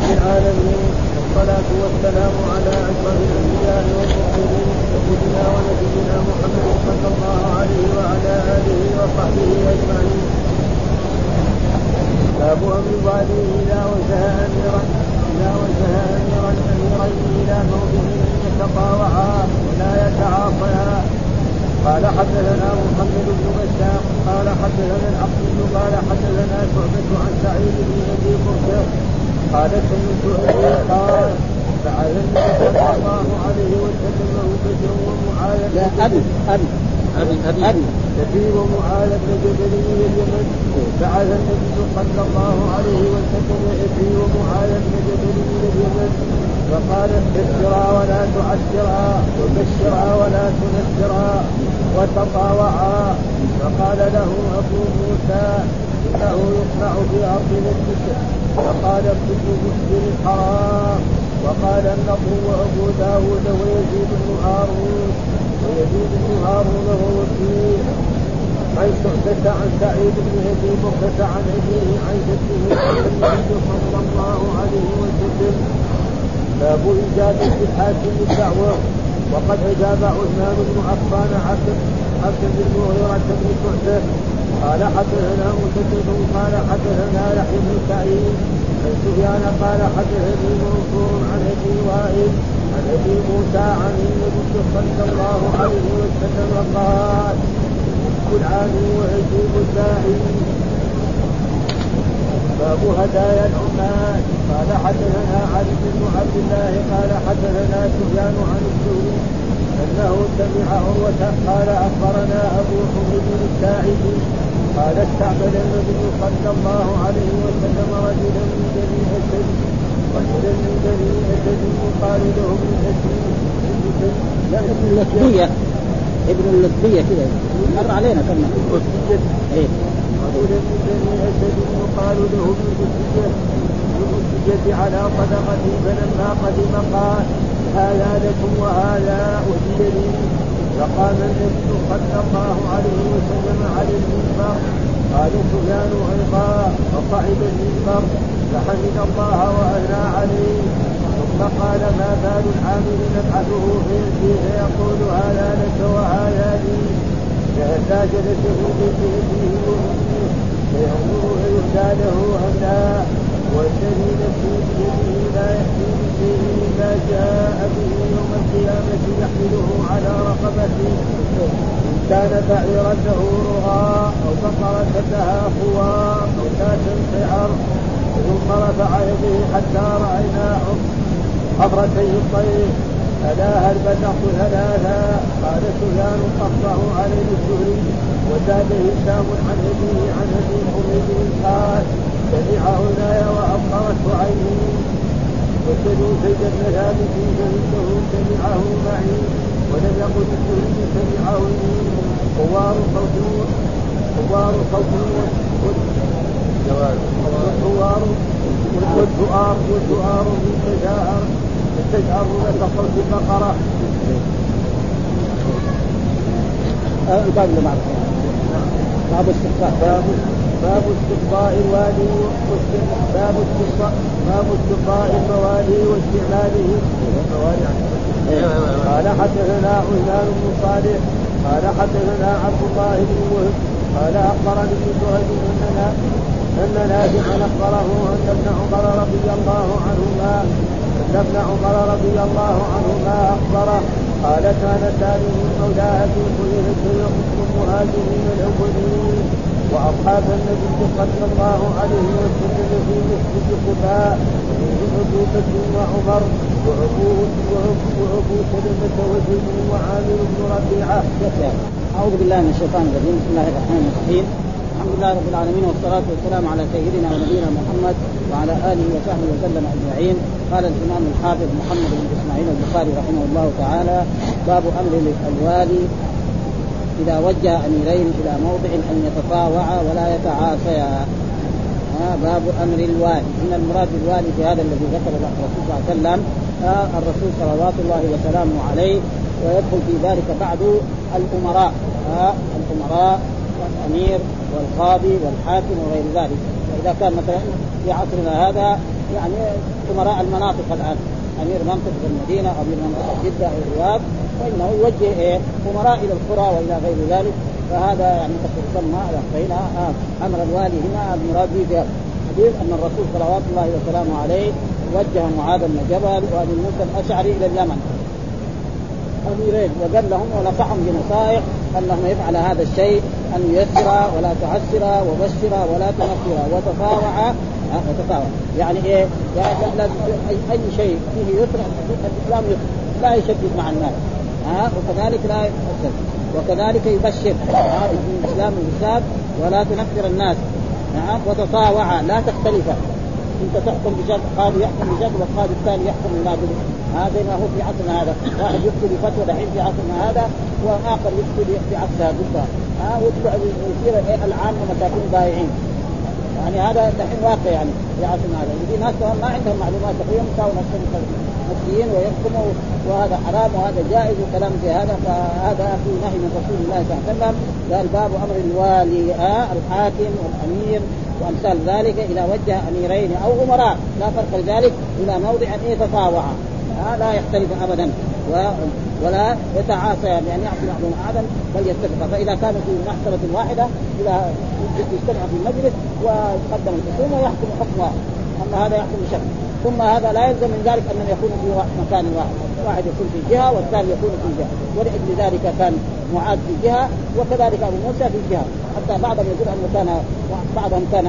العالمين والصلاة والسلام على أشرف الأنبياء والمرسلين سيدنا ونبينا محمد صلى الله عليه وعلى آله وصحبه أجمعين. باب أمر الوالي إذا وجه أميرين إلى موضع يتطاوعا ولا يتعاصيا. قال حدثنا محمد بن بشار قال حدثنا العقيل قال حدثنا شعبة عن سعيد بن أبي بكر قال سمعت أبي قال فعل النبي صلى الله عليه وسلم بشر ومعاذ كثير ومعاذ بن جبل من اليمن. فعل النبي صلى الله عليه وسلم كثير ومعاذ بن جبل من اليمن فقال بشرا ولا تعسرا وبشرا ولا تنسرا وتطاوعا. فقال له أبو موسى إنه يصنع في أرض نجد. فقال كل مسجد حرام. وقال النضر وأبو داود ويزيد بن هارون وهو وكيل عن شعبة عن سعيد بن أبي بكر عن أبيه عن جده النبي صلى الله عليه وسلم. باب إجابة الحاكم الدعوة. وقد أجاب عثمان بن عفان عبد بن مغيرة بن شعبة قال حدثنا مسدد قال حدثنا يحيى بن سعيد عن سفيان قال حدثني منصور عن أبي وائل عن أبي موسى عن النبي صلى الله عليه وسلم قال العالي وأجيب الداعي. باب هدايا العمال. قال حدثنا علي بن عبد الله قال حدثنا سفيان عن الزهري أنه سمع عروة قال أخبرنا أبو حميد الساعدي قال استعمل النبي صلى الله عليه وسلم رجلا من بني أسد يقال له ابن ابن اللطبية كذا مر علينا كنا رجلا من بني أسد يقال له ابن اللطبية على صدقته. فلما قدم قال هذا لكم وهذا أهدي لي. فقام النبي صلى الله عليه وسلم على المنبر. قال سفيان أيضا فصعد المنبر فحمد الله وأثنى عليه ثم قال ما بال العامل نبعثه فيقول هذا لك وهذا لي. فأتى جلسه بيده وأمه فينظر أيهدى له أم لا. والذي نفسي بيده لا يأتي بشيء إلا جاء به يوم القيامة يحمله على رقبته. إن كان بعيرته رغاء أو بقرة لها خوار أو ذات سعر. ثم رفع يده حتى رأينا حضرتي الطير ألا هل بلغت ثلاثا. قال سفيان قصه عليه الزهري. وزاد هشام عن أبيه عن أبي حميد قال سمع هنايا وأبصرت عيني. وسلوا زيد بن ثابت فإنه سمعه معي ولم يقل الزهري سمعه خوار صوت والسؤال من تجعر لك صوت البقرة. باب استقضاء الوالي باب استقضاء الموالي واستعماله. قال حدثنا عثمان بن صالح قال حدثنا عبد الله بن وهب قال أخبرني ابن سعيد أن نافعا أخبره أن ابن عمر رضي الله عنهما أخبره قال كان سالم مولاه في حذيفة يخص المهاجرين الأولين وأصحاب النبي صلى الله عليه وسلم في مسجد قباء من أبو بكر وعمر وأبو سلمة وزيد وعامر بن ربيعة. أعوذ بالله من الشيطان الرجيم. بسم الله الرحمن الرحيم. الحمد لله رب العالمين والصلاة والسلام على سيدنا ونبينا محمد وعلى آله وصحبه وسلم أجمعين. قال الإمام الحافظ محمد بن إسماعيل البخاري رحمه الله تعالى باب أمر الوالي إذا وجه أميرين إلى موضع أن يتطاوعا ولا يتعاصيا. باب أمر الوالي. إن المراد بالوالي في هذا الذي ذكر الرسول صلى الله عليه وسلم الرسول صلوات الله وسلامه عليه. ويدخل في ذلك بعض الأمراء والأمير والقاضي والحاكم وغير ذلك. وإذا كان مثلا في عصرنا هذا يعني أمراء المناطق الآن، أمير منطقة المدينة أو أمير منطقة جدة أو الرياض، فإنه يوجه أمراء إلى القرى وإلى غير ذلك. فهذا يعني تسمى فهنا أمر الوالي هنا المراد به حديث أن الرسول صلوات الله وسلامه عليه وجه معاذ بن جبل وأبي موسى الأشعري إلى اليمن أميرين، وقال لهم ونصحهم بنصائح أنهم يفعل هذا الشيء، أن ييسر ولا تعسر وبشر ولا تنفر وتطاوع يعني إيه؟ يعني أي شيء فيه يسر الإسلام لا يشدد مع الناس، وكذلك لا يحسن، وكذلك يبشر الإسلام بالإسلام ولا تنفر الناس، وتطاوع لا تختلف، انت تحكم بشكل، قاضي يحكم بشكل والقاضي الثاني يحكم من بعده. هذا ما هو في عصرنا هذا، واحد يفتي بفتوى دحين في عصرنا هذا واخر يفتي في عصرها ضدها، ويصير العامة مساكين ضايعين. يعني هذا دحين واقع يعني في عصرنا هذا، في ناس ما عندهم معلومات تقريبا يساووا نفسهم مسيحيين ويحكموا وهذا حرام وهذا جائز وكلام زي هذا. فهذا في نهي من رسول الله صلى الله عليه وسلم، قال باب امر الوالي الحاكم والامير وامثال ذلك إلى وجه اميرين او امراء لا فرق ذلك الى موضع يتطاوع لا يختلف ابدا ولا يتعاصى بان يعصي بعضهم احدا بل يتفق. فاذا كانوا في محكمه واحده الى يجتمع في المجلس ويقدم الخصوم ويحكم حكمه، اما هذا يحكم بشكل. ثم هذا لا يلزم من ذلك ان يكون في مكان واحد يكون في جهه والثاني يكون في جهه، ولأجل ذلك كان معاذ في جهه وكذلك ابو موسى في جهه، حتى بعضهم يقول انه كان بعضهم كان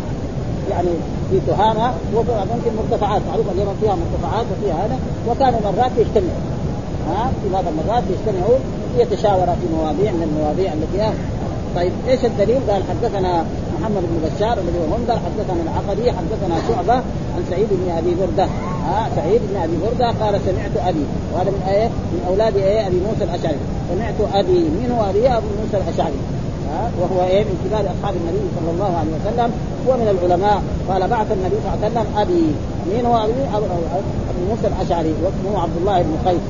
يعني في تهامه وبعضهم في مرتفعات، معروف اليمن فيها مرتفعات وفيها هذا، وكانوا مرات يجتمعوا في بعض المرات يجتمعوا يتشاوروا في مواضيع من المواضيع التي طيب ايش الدليل؟ قال حدثنا محمد بن بشار الذي هو منذر، حدثنا العقدي، حدثنا شعبة عن سعيد بن ابي برده، سعيد بن ابي برده قال سمعت ابي، وهذا من من اولاد ابي موسى الاشعري، سمعت ابي من هو ابي ابو موسى الاشعري، وهو من كبار اصحاب النبي صلى الله عليه وسلم ومن العلماء. قال بعث النبي صلى الله عليه وسلم ابي من هو ابو موسى الاشعري واسمه عبد الله بن قيس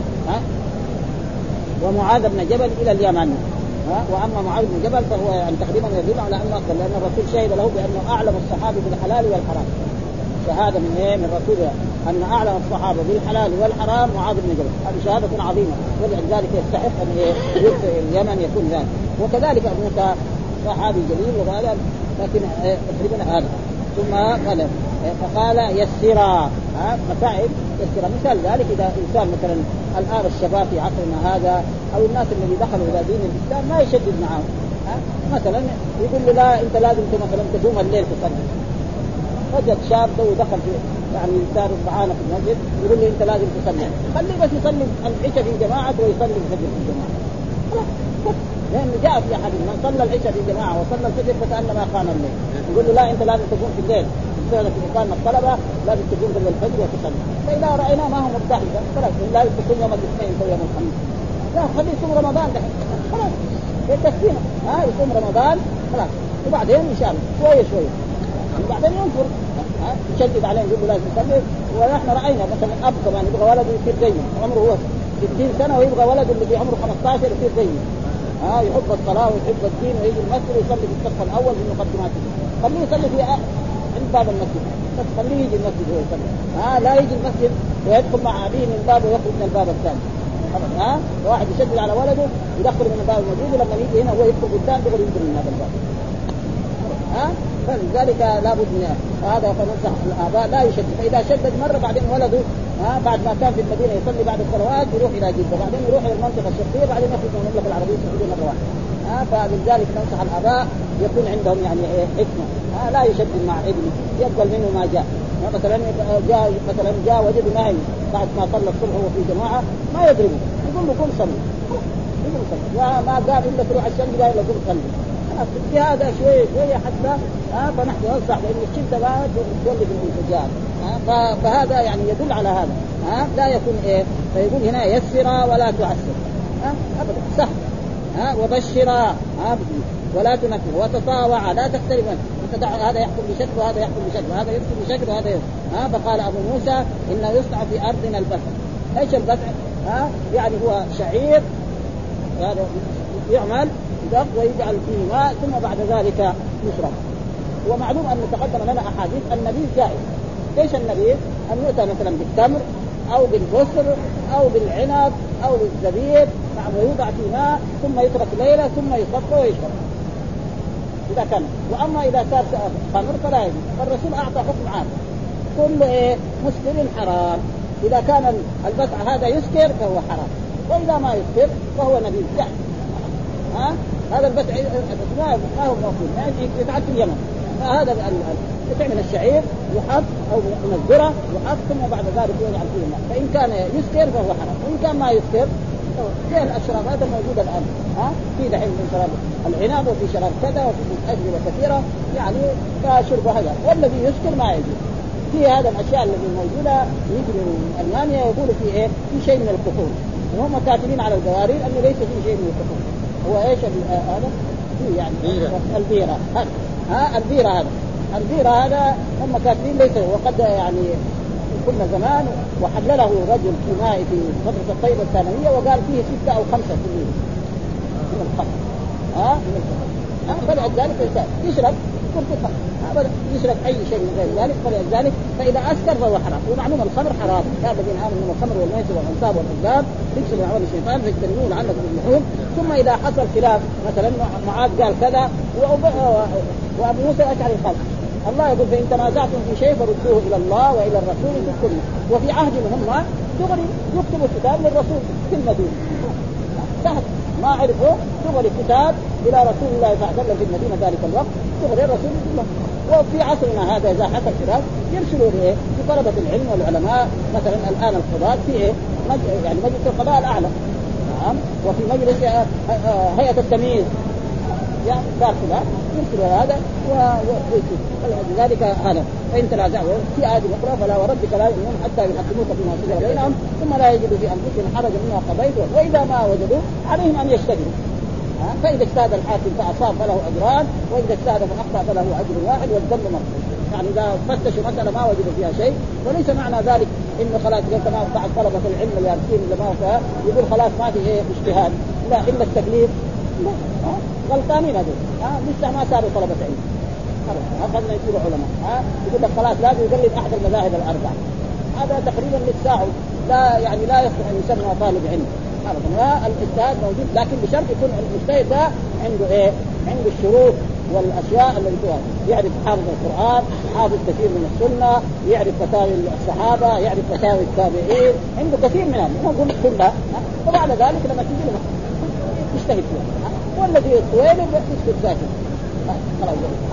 ومعاذ بن جبل الى اليمن. واما معاذ بن جبل فهو يعني تقريبا يدل على انه افضل، لان الرسول شهد له بانه اعلم الصحابه بالحلال والحرام، شهاده من من الرسول ان اعلم الصحابه بالحلال والحرام معاذ بن جبل، هذه شهاده عظيمه، ولذلك يستحق ان يرسل اليمن يكون ذلك. وكذلك ابو موسى صحابي جليل وهذا لكن تقريبا هذا. ثم فقال يسرا مسائل يسرا، مثال ذلك اذا انسان مثلا الان الشباب في عصرنا هذا او الناس الذي دخلوا الى دين الاسلام ما يشدد معهم، مثلا يقول له لا انت لازم مثلا تقوم الليل تصلي، وجد شاب لو دخل في يعني صار معانا في المسجد يقول لي انت لازم تصلي، خليه بس يصلي العشاء في جماعه ويصلي الفجر في جماعه، لأن جاء في أحد من صلى العشاء في جماعة وصلى الفجر فكأنما قام الليل، يقول له لا أنت لازم تقوم في الليل، في إقامة الطلبة لازم تقوم في الفجر وتصلي. فإذا رأينا ما هو مرتاح خلاص لازم تكون يوم الاثنين أو يوم الخميس، لا خليه يصوم رمضان دحين خلاص يتسكين يصوم رمضان خلاص، وبعدين إن شاء الله شوية شوية وبعدين ينفر يشدد عليه يقول له لازم تصلي. ونحن رأينا مثلا أب كمان يبغى ولده يصير زيه عمره هو 60 سنة ويبغى ولده اللي في عمره 15 يصير زيه، يحب الصلاة ويحب الدين ويجي المسجد ويصلي في الصف الأول في المقدمات، خليه يصلي في عند باب المسجد، بس خليه يجي المسجد ويصلي، لا يجي المسجد ويدخل مع أبيه من الباب ويخرج من الباب الثاني، واحد يشدد على ولده يدخل من الباب المسجد ولما يجي هنا هو يدخل قدام يقدر ينزل من هذا الباب، فلذلك لابد من هذا. فننصح الآباء لا يشدد، فإذا شدد مرة بعدين ولده بعد ما كان في المدينة يصلي بعد الصلوات يروح إلى جدة، بعدين يروح إلى المنطقة الشرقية، بعدين يخرج من المملكة العربية السعودية مرة واحدة. فلذلك ننصح الآباء يكون عندهم يعني حكمة، لا يشدد مع ابنه، يقبل منه ما جاء. مثلا جاء وجد نهي بعد ما صلى الصبح وهو في جماعة ما يضربه، يقول له قل صلي، يقول صلي، ما قال إلا تروح الشمس قال له قل صلي. في هذا شوية حتى فنحن ننصح لأن الشدة لا تولد الانفجار، فهذا يعني يدل على هذا لا يكون فيقول هنا يسرا ولا تعسر أبدا صح، وبشرا ولا تنفر وتطاوع لا تختلف، هذا يحكم بشكل وهذا يحكم بشكل وهذا يحكم بشكل وهذا فقال أبو موسى إنه يصنع في أرضنا البتع. إيش البتع؟ يعني هو شعير هذا يعمل ويجعل فيه ماء ثم بعد ذلك يشرب، ومعلوم أن تقدم لنا أحاديث النبيذ جائز. ايش النبيذ؟ ان يؤتى مثلا بالتمر او بالبصر او بالعنب او بالزبيب ويوضع في ماء ثم يترك ليله ثم يصفى ويشرب اذا كان. واما اذا صار خمر فلا يجوز. فالرسول اعطى حكم عام كل مسكر حرام. اذا كان البسع هذا يسكر فهو حرام، واذا ما يسكر فهو نبيذ جائز. هذا البسع ما هو موجود، ما يتعد في اليمن. هذا من الشعير يحط او من الذره يحط ثم بعد ذلك يجعل فيه الماء. فان كان يسكر فهو حرام، وان كان ما يسكر زي الاشراب هذا موجود الان. في دحين من شراب العنب وفي شراب كذا وفي اجوبه كثيره يعني فشرب هذا. والذي يسكر ما يجوز. في هذا الاشياء التي موجوده يجي من المانيا يقولوا في ايه؟ في شيء من الكحول، وهم كاتبين على القوارير انه ليس في شيء من الكحول. هو ايش هذا؟ يعني البيره. البيره هذا البيرة هذا هم كاتبين ليس. وقد يعني كنا زمان وحلله رجل كيمائي في فترة الطيبة الثانوية وقال فيه 6 أو 5% من الخمر. فلذلك يشرب كل خمر، يشرب أي شيء من غير ذلك. فلذلك فإذا أسكر فهو حرام. ومعلوم الخمر حرام. يا الذين آمنوا إنما الخمر والميسر والأنصاب والأزلام رجس من عمل الشيطان فاجتنبوه لعلكم تفلحون. ثم إذا حصل خلاف مثلا معاذ قال كذا وأبو موسى الأشعري قال الله يقول فإن تنازعتم في شيء فردوه إلى الله وإلى الرسول في الكل. وفي عهدهم هم دغري يكتبوا الكتاب للرسول في المدينة. سهل ما عرفوا دغري كتاب إلى رسول الله صلى الله عليه وسلم في المدينة ذلك الوقت دغري الرسول الله. وفي عصرنا هذا إذا حصل خلاف يرسلوا إيه لطلبة العلم والعلماء. مثلا الآن القضاة في إيه يعني مجلس القضاء الأعلى، وفي مجلس هيئة التمييز يعني داخل يرسل هذا ولذلك هذا. فإن تنازعوا في آية أخرى فلا وربك لا يؤمنون حتى يحكموك فيما شجر بينهم ثم لا يجدوا في أنفسهم حرجا مما قضيت وإذا ما وجدوا عليهم أن يجتهدوا. فإذا اجتهد الحاكم فأصاب فله أجران، وإذا اجتهد فأخطأ فله أجر واحد والذنب مغفور. يعني إذا فتشوا مسألة ما وجدوا فيها شيء وليس معنى ذلك إنه خلاص كما بعض طلبة العلم اليارسين لما يقول خلاص ما في اجتهاد لا إلا التكليف. غلطانين هذول لسه ما صاروا طلبة علم أخذنا يصيروا علماء. يقول لك خلاص لازم يقلد أحد المذاهب الأربعة. هذا تقريبا للساعة لا يعني لا يصلح أن يسمى طالب علم. الاجتهاد موجود لكن بشرط يكون المجتهد ده عنده ايه؟ عنده الشروط والاشياء التي يعرف حافظ القرآن، حافظ كثير من السنة، يعرف فتاوى الصحابة، يعرف فتاوى التابعين، عنده كثير منها نقول كلها. وبعد ذلك لما تجي له يجتهد فيها. والذي طويل يسكت ساكت خلاص.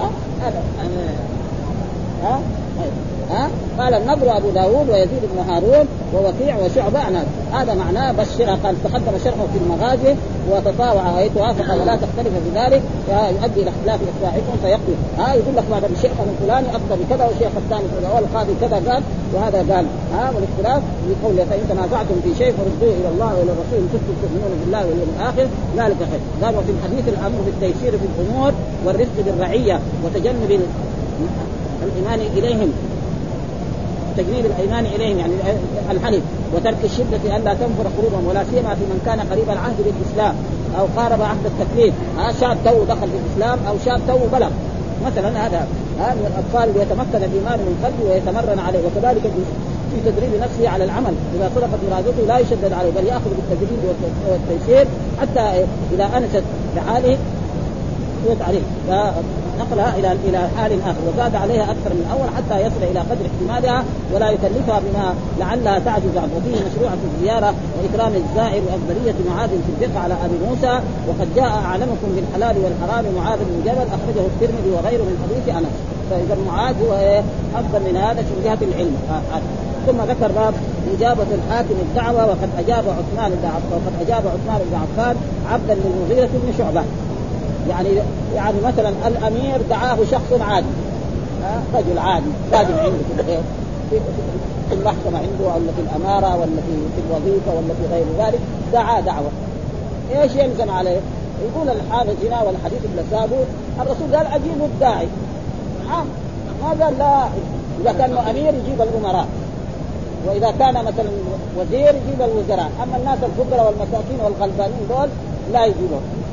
هذا قال النضر أبو داود ويزيد بن هارون ووكيع وشعبة. هذا معناه بشرها. قال تقدم شرحه في المغازي وتطاوع ويتوافق ولا تختلف في ذلك يؤدي إلى اختلاف إصباعكم فيقضي. يقول لك بعد الشيخ الفلاني أفتى بكذا والشيخ الثاني والقاضي كذا قال وهذا قال. والاختلاف يقول فإن تنازعتم في شيء فردوه إلى الله وإلى الرسول إن كنتم تؤمنون بالله واليوم الآخر ذلك خير. قال وفي الحديث الأمر بالتيسير في الأمور والرفق بالرعية وتجنب الإيمان إليهم تجنيب الأيمان إليهم يعني الحلف وترك الشدة أن لا تنفر قلوبهم ولا سيما في من كان قريب العهد بالإسلام أو قارب عهد التكليف. شاب تو دخل في الإسلام أو شاب تو بلغ مثلا. هذا من الأطفال ليتمكن الإيمان من قلبه ويتمرن عليه. وكذلك في تدريب نفسه على العمل إذا صدقت إرادته لا يشدد عليه بل يأخذ بالتدريب والتيسير حتى إذا أنست بحاله يد عليه نقلها إلى حال آخر وزاد عليها أكثر من أول حتى يصل إلى قدر احتمالها ولا يكلفها بما لعلها تعجز عنه. وفيه مشروعة الزيارة وإكرام الزائر وأفضلية معاذ في الدفع على أبي موسى. وقد جاء أعلمكم بالحلال والحرام معاذ بن جبل أخرجه الترمذي وغيره من حديث أنس. فإذا معاذ هو أفضل من هذا من جهة العلم. ثم ذكر باب إجابة الحاكم الدعوة وقد أجاب عثمان بن عفان عبدا للمغيرة بن شعبة. يعني مثلا الأمير دعاه شخص عادي رجل عادي قادم عنده في المحكمة عنده ولا في الأمارة ولا في الوظيفة ولا في غير ذلك دعاه دعوة. إيش يلزم عليه؟ يقول الحافظ هنا والحديث اللي الرسول قال أجيبوا الداعي. ما قال لا إذا كان أمير يجيب الأمراء وإذا كان مثلا وزير يجيب الوزراء. أما الناس الفقراء والمساكين والغلبانين دول لا يجيبهم.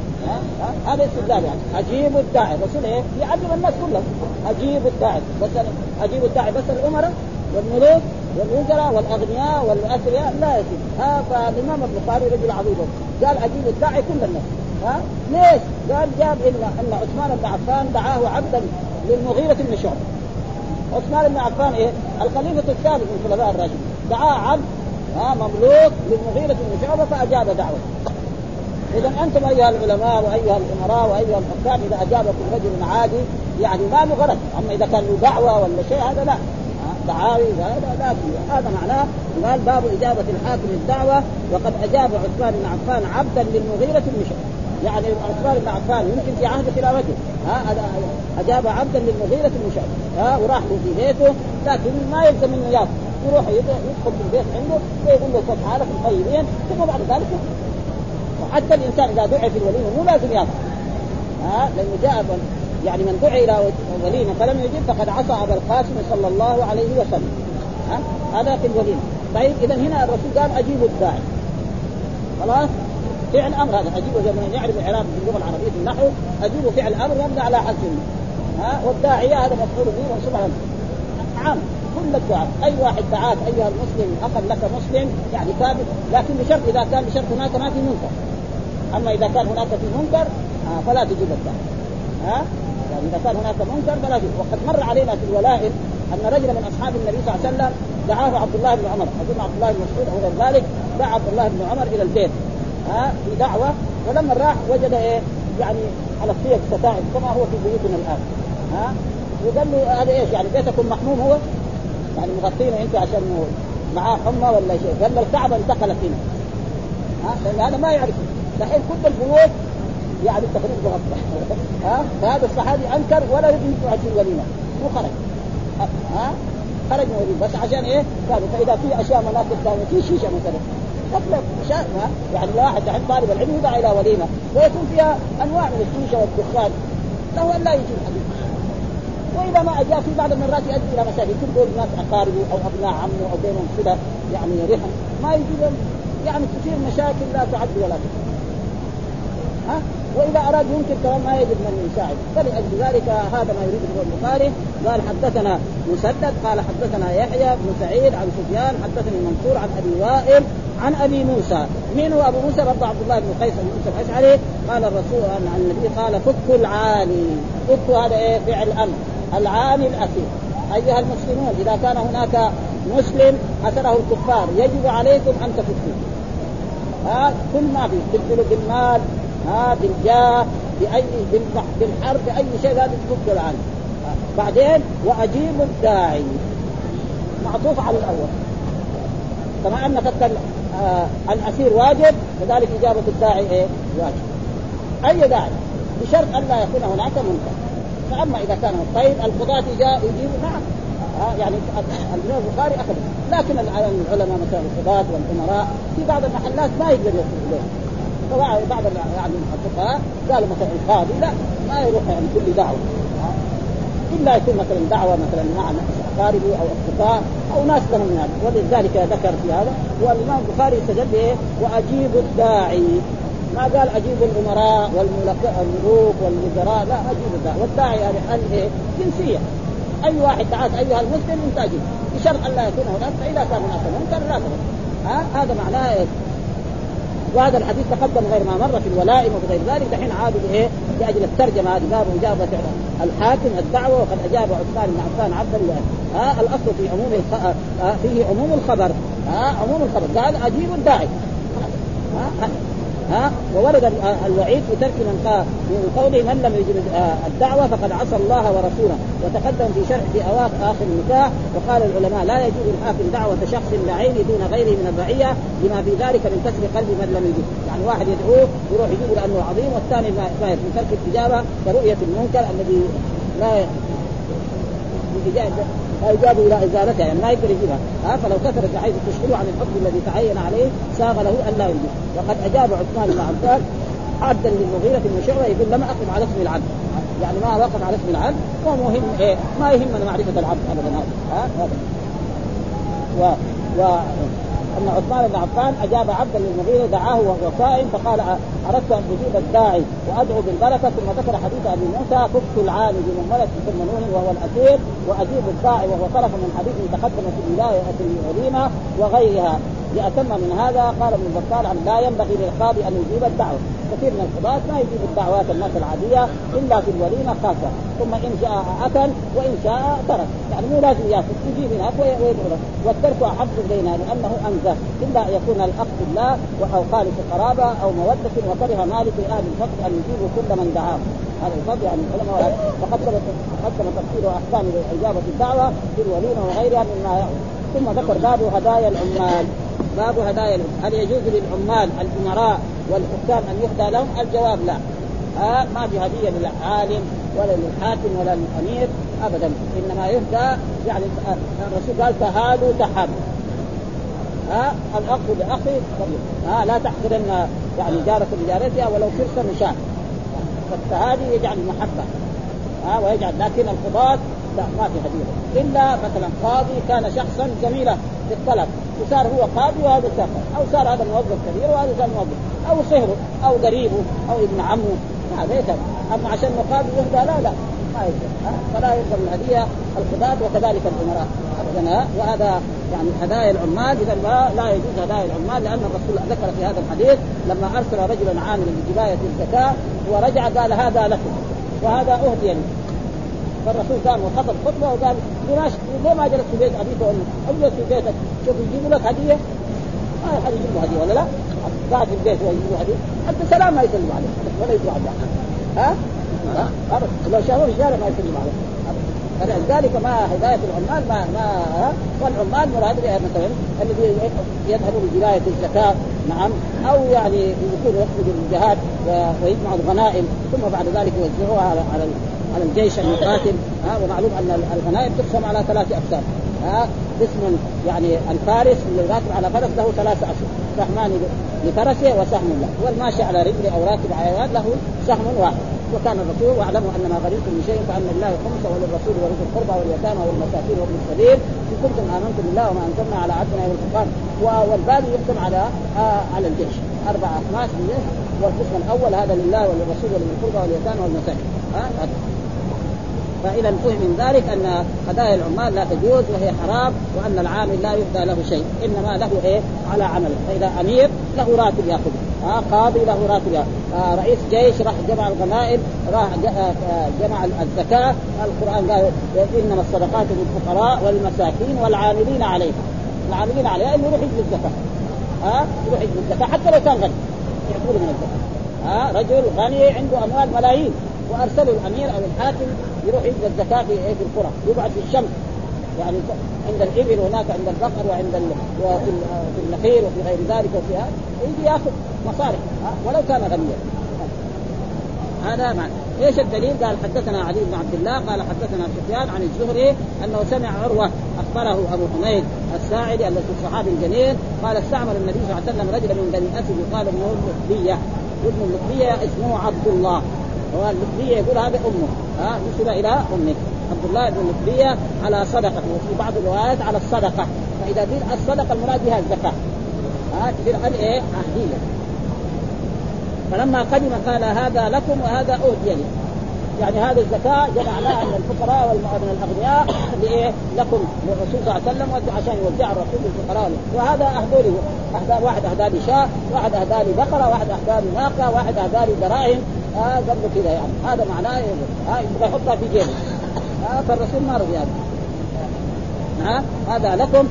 هذا استدلال يعني أجيب الداعي. الرسول إيه يعلم الناس كلهم أجيب الداعي، بس أجيب الداعي بس الأمراء والملوك والوزراء والأغنياء والأثرياء لا يجب. فالإمام البخاري رجل عظيم قال أجيب الداعي كل الناس. ليش؟ قال جاب إن عثمان بن عفان دعاه عبدا للمغيرة بن شعبة. عثمان بن عفان إيه الخليفة الثالث من خلفاء الراشدين، دعاه عبد مملوك للمغيرة بن شعبة فأجاب دعوة. إذا أنتم أيها العلماء وأيها الأمراء وأيها الحكام إذا أجابكم رجل عادي يعني ما له غرض، أما إذا كان له دعوة ولا شيء هذا لا دعاوي لا. هذا معناه قال باب إجابة الحاكم الدعوة. وقد أجاب عثمان بن عفان عبدا للمغيرة بن شعبة، يعني عثمان بن عفان يمكن في عهد خلافته أجاب عبدا للمغيرة بن شعبة وراح له في بيته، لكن ما يلزم منه ياخذ، يروح يدخل في البيت عنده ويقول له كيف حالك طيبين، ثم بعد ذلك وحتى الإنسان إذا دعي في الوليمة مو لازم ياخذ لأنه جاء يعني من دعي إلى وليمة فلم يجب فقد عصى أبا القاسم صلى الله عليه وسلم. هذا في الوليمة. طيب إذا هنا الرسول قال أجيب الداعي، خلاص فعل أمر. هذا أجيبه زي ما يعرف الإعراب باللغة العربية في النحو، أجيبه فعل أمر يبدأ على حذف والداعية هذا مفعول به منصوب على عام كل الدعاء. أي واحد دعاك أيها المسلم أخذ لك مسلم يعني ثابت، لكن بشرط إذا كان بشرط هناك ما في منكر. أما إذا كان هناك في منكر فلا تجيب الدعاء. يعني إذا كان هناك منكر فلا تجيب. وقد مر علينا في الولائم أن رجلا من أصحاب النبي صلى الله عليه وسلم دعاه عبد الله بن عمر، أظن عبد الله بن مسعود أو غير ذلك، دعا عبد الله بن عمر إلى البيت في دعوة، ولما راح وجد يعني على الطيب ستائب كما هو في بيوتنا الآن. وقال له هذا إيش يعني بيتكم محموم هو يعني مغطينه أنت عشان معاه حمى ولا شيء؟ قال له الكعبة انتقلت هنا. لأن هذا ما يعرف دحين كل البيوت يعني تقريبا مغطى. فهذا الصحابي أنكر ولا يريد يقعد في الوليمة وخرج. خرج من الوليمة بس عشان إيه؟ قالوا فإذا في أشياء مناسب ثانية في شيشة مثلا قبل شيء يعني الواحد عند طالب العلم يدعى إلى وليمة ويكون فيها أنواع من الشيشة والدخان له لا يجي الحديث. وإذا ما أجاب في بعض المرات يؤدي إلى مشاكل، كل دول ناس أقاربه أو أبناء عمه أو بينهم كذا يعني رحم ما يجي يعني تصير مشاكل لا تعد ولا تحصى. وإذا أراد يمكن كمان ما يجد من يساعد. فلأجل ذلك هذا ما يريد البخاري. قال حدثنا مسدد قال حدثنا يحيى بن سعيد عن سفيان حدثني منصور عن أبي وائل عن أبي موسى. من هو أبو موسى؟ رضى عبد الله بن قيس بن موسى الأشعري. قال الرسول عن النبي قال فك العاني. فك هذا إيه؟ فعل أمر. العاني الأسير. أيها المسلمون إذا كان هناك مسلم أسره الكفار يجب عليكم أن تفكوه. كل ما فيه تبذلوا بالمال بالجاه بأي بالحرب بأي شيء لازم تفك العاني. بعدين وأجيب الداعي معطوف على الأول، كما أن فك الأسير واجب كذلك إجابة الداعي إيه؟ واجب. أي داعي بشرط أن لا يكون هناك منكر. فأما إذا كان طيب القضاة يجيب نعم يعني الإمام البخاري أخذ، لكن العلماء مثلا القضاة والأمراء في بعض المحلات ما يقدر يصل إليه. فبعض يعني الفقهاء قالوا مثلا القاضي لا ما يروح يعني كل دعوة إلا يكون مثلا دعوة مثلا مع أقاربه أو أصدقاء أو ناس لهم يعني. ولذلك ذكر في هذا والإمام البخاري استدل به وأجيب الداعي، ما قال أجيب الأمراء والملوك والوزراء، لا أجيب الداعي. والداعي يعني جنسية، أي واحد دعاك أيها المسلم أنت أجيب بشرط أن لا يكون هناك، فإذا كان هناك منكر لا تفعل. هذا معناه إيه؟ وهذا الحديث تقدم غير ما مر في الولائم وغير ذلك. دحين عاد إيه لأجل الترجمة هذه باب إجابة الحاكم الدعوة. وقد أجاب عثمان بن عفان عبدا الأصل في عموم فيه عموم الخبر. عموم الخبر قال أجيب الداعي. وورد الوعيد في ترك من قوله من لم يجب الدعوة فقد عصى الله ورسوله. وتقدم في شرح في آخر النكاح. وقال العلماء لا يجوز الحاكم دعوة شخص لعينه دون غيره من الرعية لما في ذلك من كسر قلب من لم يجب. يعني واحد يدعوه يروح يجيبه لأنه عظيم، والثاني ما من ترك الإجابة كرؤية المنكر الذي لا يجاب إلى إزالتها يعني ما يقدر يجيبها. فلو كثرت بحيث تشغله عن الحكم الذي تعين عليه ساغ له أن لا يجيب. وقد أجاب عثمان بن عفان عبدا للمغيرة بن شعبة يقول لم أقف على اسم العبد، يعني ما وقف على اسم العبد. ومهم إيه ما يهمنا معرفة العبد أبدا. هذا ان عثمان بن عفان اجاب عبدا للمغيرة دعاه وهو صائم فقال اردت ان اجيب الداعي وادعو بالبركه، ثم ذكر حديث ابي موسى فك العاني بمهمله ثم نون وهو الاسير، واجيب الداعي وهو طرف من حديث تقدم في الولايه الوليمه وغيرها. لأتم من هذا قال ابن بطال عن لا ينبغي للقاضي ان يجيب الدعوه، كثير من القضاة ما يجيب الدعوات الناس العاديه الا في الوليمه خاصه، ثم ان شاء اكل وان شاء ترك، يعني مو لازم ياكل يجيب هناك ويدعو، والترك احب الينا لانه انزه، الا ان يكون الاخ بالله او خالص قرابه او موده، وكره مالك لاهل الفقه ان يجيبوا كل من دعاه. هذا الفضل يعني العلماء تقدم تفسير واحكام اجابه الدعوه في الوليمه وغيرها مما يعود. ثم ذكر باب هدايا العمال. باب هدايا هل يجوز للعمال الامراء والحكام ان يهدى لهم؟ الجواب لا، ما في هديه للعالم ولا للحاكم ولا للامير ابدا، انما يهدى يعني الرسول قال تهادوا تحابوا، الاخ لاخيه لا تحقرن يعني جارك لجارتها ولو فرس مشاة، فالتهادي يجعل المحبه ويجعل، لكن القضاة لا ما في هديه، الا مثلا قاضي كان شخصا جميلا في الطلب وصار هو قاضي وهذا سافر، او صار هذا موظف كبير وهذا صار موظف، او صهره او قريبه او ابن عمه، هذا يتم. اما عشان قاضي يهدى لا ما يهدى، فلا يهدى من هديه القضاة وكذلك الامراء ابدا. وهذا يعني هدايا العمال، اذا لا يجوز هدايا العمال، لان الرسول ذكر في هذا الحديث لما ارسل رجلا عاملا بجبايه الزكاه ورجع قال هذا لكم وهذا اهدي لي، فالرسول قام وخطب خطبه وقال ليه ما جلست في بيت ابيك وامك؟ اجلس في بيتك شوف يجيبوا لك هديه، ما حد يجيب له هديه ولا لا؟ قاعد في البيت ويجيب له هديه، حتى سلام ما يسلم عليه ولا يدعو عليه، لو شافوه في الشارع ما يسلم عليه. فلذلك ما هدايه العمال والعمال مراد بها مثلا الذي يذهبوا بجبايه الزكاه نعم، او يعني يكونوا يخرجوا للجهاد ويجمعوا الغنائم ثم بعد ذلك يوزعوها على الجيش المقاتل. ومعلوم ان الغنائم تقسم على 3 أقسام، قسم يعني الفارس اللي راكب على فرس له 3 أسهم، سهمان لفرسه وسهم له، والماشي على رجله او راكب حيوان له سهم واحد. وكان الرسول واعلموا ان ما غنمتم من شيء فان الله خمسه وللرسول ولذي القربى واليتامى والمساكين وابن السبيل ان كنتم امنتم بالله وما انزلنا على عبدنا يوم الفرقان. والباقي يقسم على الجيش 4 أخماس من الجيش، والقسم الاول هذا لله وللرسول ولذي القربى واليتامى والمساكين. فإذا فهم من ذلك أن هدايا العمال لا تجوز وهي حرام، وأن العامل لا يهدى له شيء، إنما له على عمله. فإذا أمير له راتب يأخذ، قاضي له راتب يأخذ، رئيس جيش راح جمع الغنائم، راح جمع الزكاة، القرآن قال إنما الصدقات للفقراء والمساكين والعاملين عليها. العاملين عليها إنه يروح يجيب الزكاة، يروح يجيب الزكاة حتى لو كان غني يعتبر من الزكاة. رجل غني عنده أموال ملايين وأرسلوا الأمير أو الحاكم يروح يجيب الزكاة في القرى، يقعد في الشمس يعني عند الإبل هناك عند البقر وعند وفي النخيل وفي غير ذلك وفي هذا، يجي يأخذ مصاري ولو كان غنيا. هذا معنى. ايش الدليل؟ قال حدثنا علي بن عبد الله قال حدثنا سفيان عن الزهري انه سمع عروه اخبره ابو حميد الساعدي الذي الصحابي الجليل قال استعمل النبي صلى الله عليه وسلم رجلا من بني اسد يقال ابن اللقبيه، وابن اللقبيه اسمه عبد الله، هو اللقبيه يقول هذا امه نسب الى امه عبد الله بن اللقبيه على صدقه، وفي بعض الروايات على الصدقه، فاذا دين الصدقه المراد بها الزكاه تصير عهديه. فلما قدم قال هذا لكم وهذا أهدي لي، يعني هذا الزكاة جمعناها من الفقراء ومن الأغنياء لكم للرسول صلى الله عليه وسلم عشان يوزع الرسول للفقراء، وهذا أهدوا لي، واحد أهدى لي شاة، واحد أهدى لي بقرة، واحد أهدى لي ناقة، واحد أهدى لي دراهم، قبل كذا يعني هذا معناه يبغى يحطها في جيبه، فالرسول ما رضي هذا لكم.